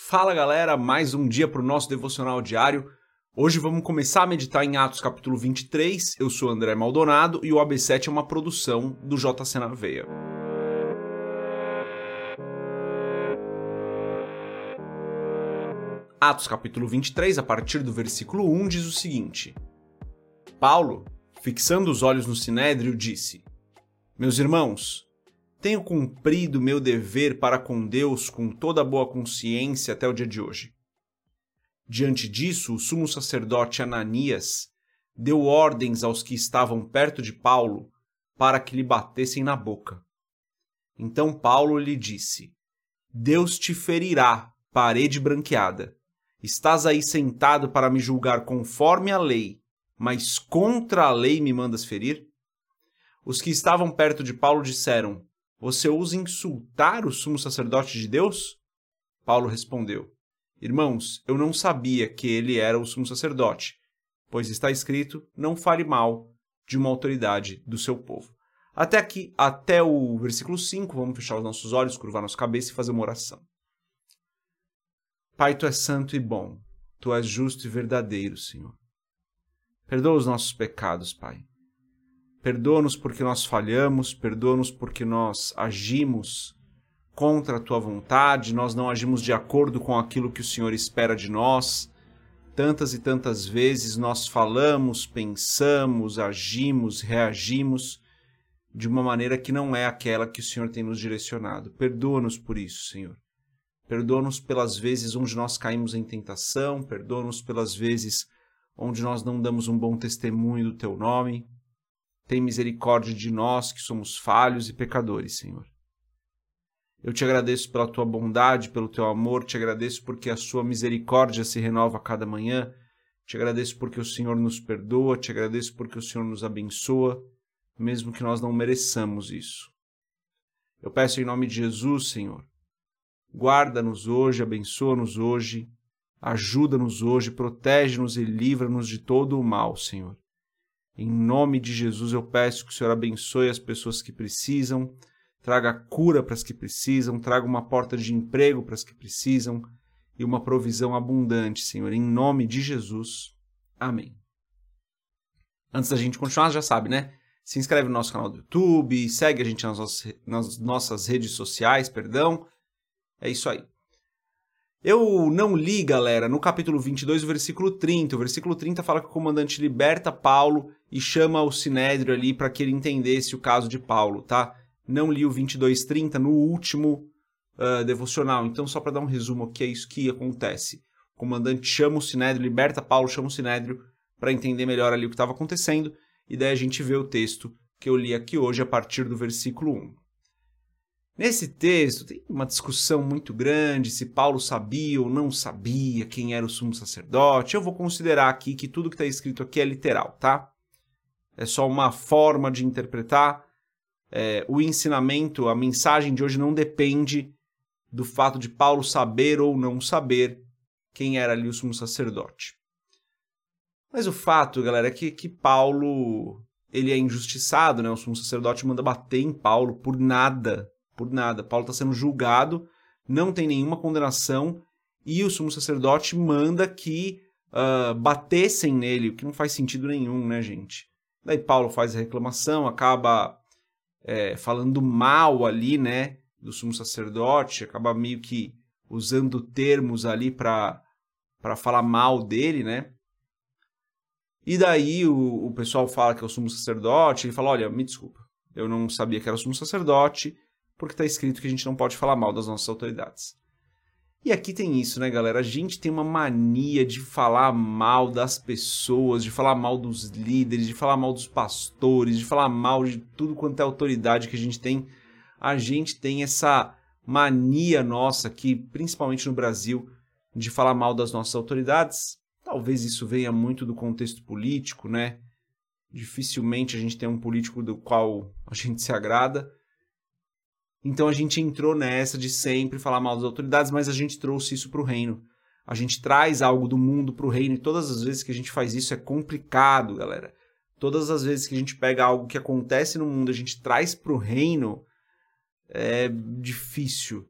Fala galera, mais um dia para o nosso devocional diário. Hoje vamos começar a meditar em Atos capítulo 23. Eu sou André Maldonado e o AB7 é uma produção do JC na Veia. Atos capítulo 23, a partir do versículo 1, diz o seguinte: Paulo, fixando os olhos no Sinédrio, disse: Meus irmãos, tenho cumprido meu dever para com Deus com toda a boa consciência até o dia de hoje. Diante disso, o sumo sacerdote Ananias deu ordens aos que estavam perto de Paulo para que lhe batessem na boca. Então Paulo lhe disse: Deus te ferirá, parede branqueada. Estás aí sentado para me julgar conforme a lei, mas contra a lei me mandas ferir? Os que estavam perto de Paulo disseram: Você ousa insultar o sumo sacerdote de Deus? Paulo respondeu: Irmãos, eu não sabia que ele era o sumo sacerdote, pois está escrito: Não fale mal de uma autoridade do seu povo. Até aqui, até o versículo 5, vamos fechar os nossos olhos, curvar nossa cabeça e fazer uma oração. Pai, Tu és santo e bom, Tu és justo e verdadeiro, Senhor. Perdoa os nossos pecados, Pai. Perdoa-nos porque nós falhamos, perdoa-nos porque nós agimos contra a Tua vontade, nós não agimos de acordo com aquilo que o Senhor espera de nós. Tantas e tantas vezes nós falamos, pensamos, agimos, reagimos de uma maneira que não é aquela que o Senhor tem nos direcionado. Perdoa-nos por isso, Senhor. Perdoa-nos pelas vezes onde nós caímos em tentação, perdoa-nos pelas vezes onde nós não damos um bom testemunho do Teu nome. Tem misericórdia de nós que somos falhos e pecadores, Senhor. Eu te agradeço pela Tua bondade, pelo Teu amor, te agradeço porque a Sua misericórdia se renova a cada manhã, te agradeço porque o Senhor nos perdoa, te agradeço porque o Senhor nos abençoa, mesmo que nós não mereçamos isso. Eu peço em nome de Jesus, Senhor, guarda-nos hoje, abençoa-nos hoje, ajuda-nos hoje, protege-nos e livra-nos de todo o mal, Senhor. Em nome de Jesus eu peço que o Senhor abençoe as pessoas que precisam, traga cura para as que precisam, traga uma porta de emprego para as que precisam e uma provisão abundante, Senhor. Em nome de Jesus. Amém. Antes da gente continuar, já sabe, né? Se inscreve no nosso canal do YouTube, segue a gente nas nossas redes sociais, perdão. É isso aí. Eu não li, galera, no capítulo 22, o versículo 30. O versículo 30 fala que o comandante liberta Paulo e chama o Sinédrio ali para que ele entendesse o caso de Paulo, tá? Não li o 22:30 no último devocional. Então, só para dar um resumo aqui, é isso que acontece. O comandante chama o Sinédrio, liberta Paulo, chama o Sinédrio para entender melhor ali o que estava acontecendo. E daí a gente vê o texto que eu li aqui hoje a partir do versículo 1. Nesse texto tem uma discussão muito grande se Paulo sabia ou não sabia quem era o sumo sacerdote. Eu vou considerar aqui que tudo que está escrito aqui é literal, tá? É só uma forma de interpretar. O ensinamento, a mensagem de hoje não depende do fato de Paulo saber ou não saber quem era ali o sumo sacerdote. Mas o fato, galera, é que Paulo ele é injustiçado, né? O sumo sacerdote manda bater em Paulo por nada. Por nada. Paulo está sendo julgado, não tem nenhuma condenação e o sumo sacerdote manda que batessem nele, o que não faz sentido nenhum, né, gente? Daí Paulo faz a reclamação, acaba falando mal ali, né, do sumo sacerdote, acaba meio que usando termos ali para falar mal dele, né? E daí o pessoal fala que é o sumo sacerdote, ele fala, olha, me desculpa, eu não sabia que era o sumo sacerdote, porque está escrito que a gente não pode falar mal das nossas autoridades. E aqui tem isso, né, galera? A gente tem uma mania de falar mal das pessoas, de falar mal dos líderes, de falar mal dos pastores, de falar mal de tudo quanto é autoridade que a gente tem. A gente tem essa mania nossa aqui, principalmente no Brasil, de falar mal das nossas autoridades. Talvez isso venha muito do contexto político, né? Dificilmente a gente tem um político do qual a gente se agrada. Então a gente entrou nessa de sempre falar mal das autoridades, mas a gente trouxe isso para o reino. A gente traz algo do mundo para o reino e todas as vezes que a gente faz isso é complicado, galera. Todas as vezes que a gente pega algo que acontece no mundo, a gente traz para o reino, é difícil.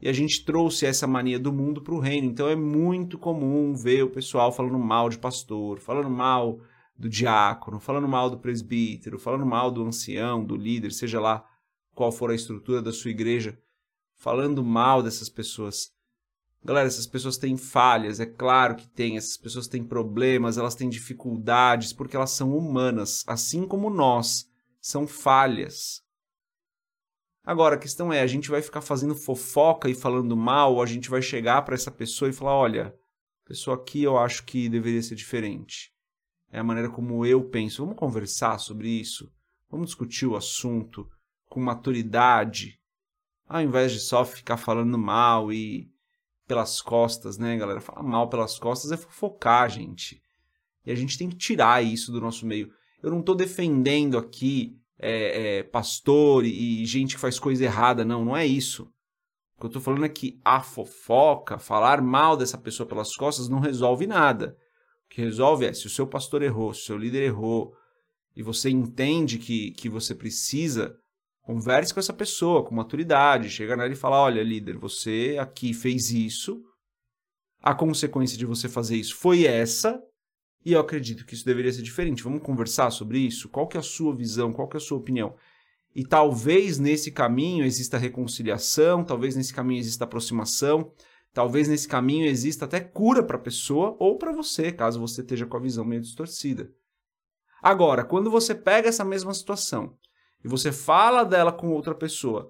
e a gente trouxe essa mania do mundo para o reino. Então é muito comum ver o pessoal falando mal de pastor, falando mal do diácono, falando mal do presbítero, falando mal do ancião, do líder, seja lá qual for a estrutura da sua igreja, falando mal dessas pessoas. Galera, essas pessoas têm falhas, é claro que tem, essas pessoas têm problemas, elas têm dificuldades, porque elas são humanas, assim como nós, são falhas. Agora, a questão é, a gente vai ficar fazendo fofoca e falando mal, ou a gente vai chegar para essa pessoa e falar, olha, a pessoa aqui eu acho que deveria ser diferente. É a maneira como eu penso. Vamos conversar sobre isso? Vamos discutir o assunto com maturidade, ao invés de só ficar falando mal e pelas costas, né, galera? Falar mal pelas costas é fofocar, gente. E a gente tem que tirar isso do nosso meio. Eu não estou defendendo aqui pastor e gente que faz coisa errada, não é isso. O que eu estou falando é que a fofoca, falar mal dessa pessoa pelas costas não resolve nada. O que resolve é, se o seu pastor errou, se o seu líder errou, e você entende que você precisa, converse com essa pessoa, com maturidade, chega nela e fala, olha, líder, você aqui fez isso, a consequência de você fazer isso foi essa, e eu acredito que isso deveria ser diferente. Vamos conversar sobre isso? Qual que é a sua visão? Qual que é a sua opinião? E talvez nesse caminho exista reconciliação, talvez nesse caminho exista aproximação, talvez nesse caminho exista até cura para a pessoa ou para você, caso você esteja com a visão meio distorcida. Agora, quando você pega essa mesma situação e você fala dela com outra pessoa,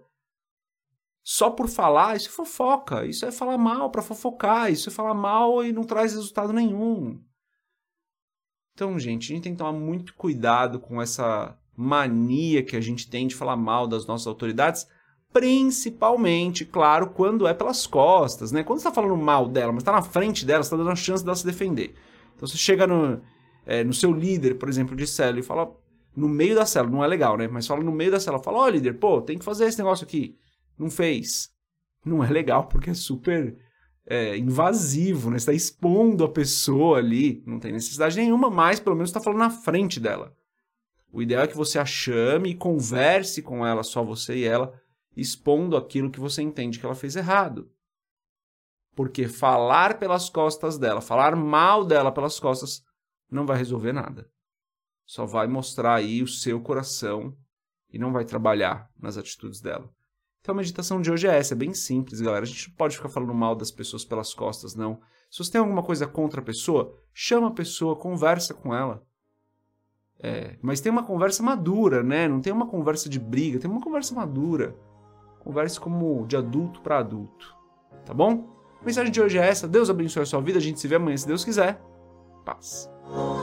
só por falar, isso é fofoca, isso é falar mal para fofocar, isso é falar mal e não traz resultado nenhum. Então, gente, a gente tem que tomar muito cuidado com essa mania que a gente tem de falar mal das nossas autoridades, principalmente, claro, quando é pelas costas, né? Quando você está falando mal dela, mas está na frente dela, você está dando a chance dela se defender. Então, você chega no seu líder, por exemplo, de célula e fala no meio da célula, não é legal, né? Mas fala no meio da célula, fala, ó, líder, pô, tem que fazer esse negócio aqui. Não fez. Não é legal, porque é super invasivo, né? Você está expondo a pessoa ali, não tem necessidade nenhuma, mas pelo menos está falando na frente dela. O ideal é que você a chame e converse com ela, só você e ela, expondo aquilo que você entende que ela fez errado. Porque falar pelas costas dela, falar mal dela pelas costas, não vai resolver nada. Só vai mostrar aí o seu coração e não vai trabalhar nas atitudes dela. Então a meditação de hoje é essa, é bem simples, galera. A gente não pode ficar falando mal das pessoas pelas costas, não. Se você tem alguma coisa contra a pessoa, chama a pessoa, conversa com ela. Mas tem uma conversa madura, né? Não tem uma conversa de briga, tem uma conversa madura. Converse como de adulto para adulto. Tá bom? A mensagem de hoje é essa. Deus abençoe a sua vida. A gente se vê amanhã, se Deus quiser. Paz.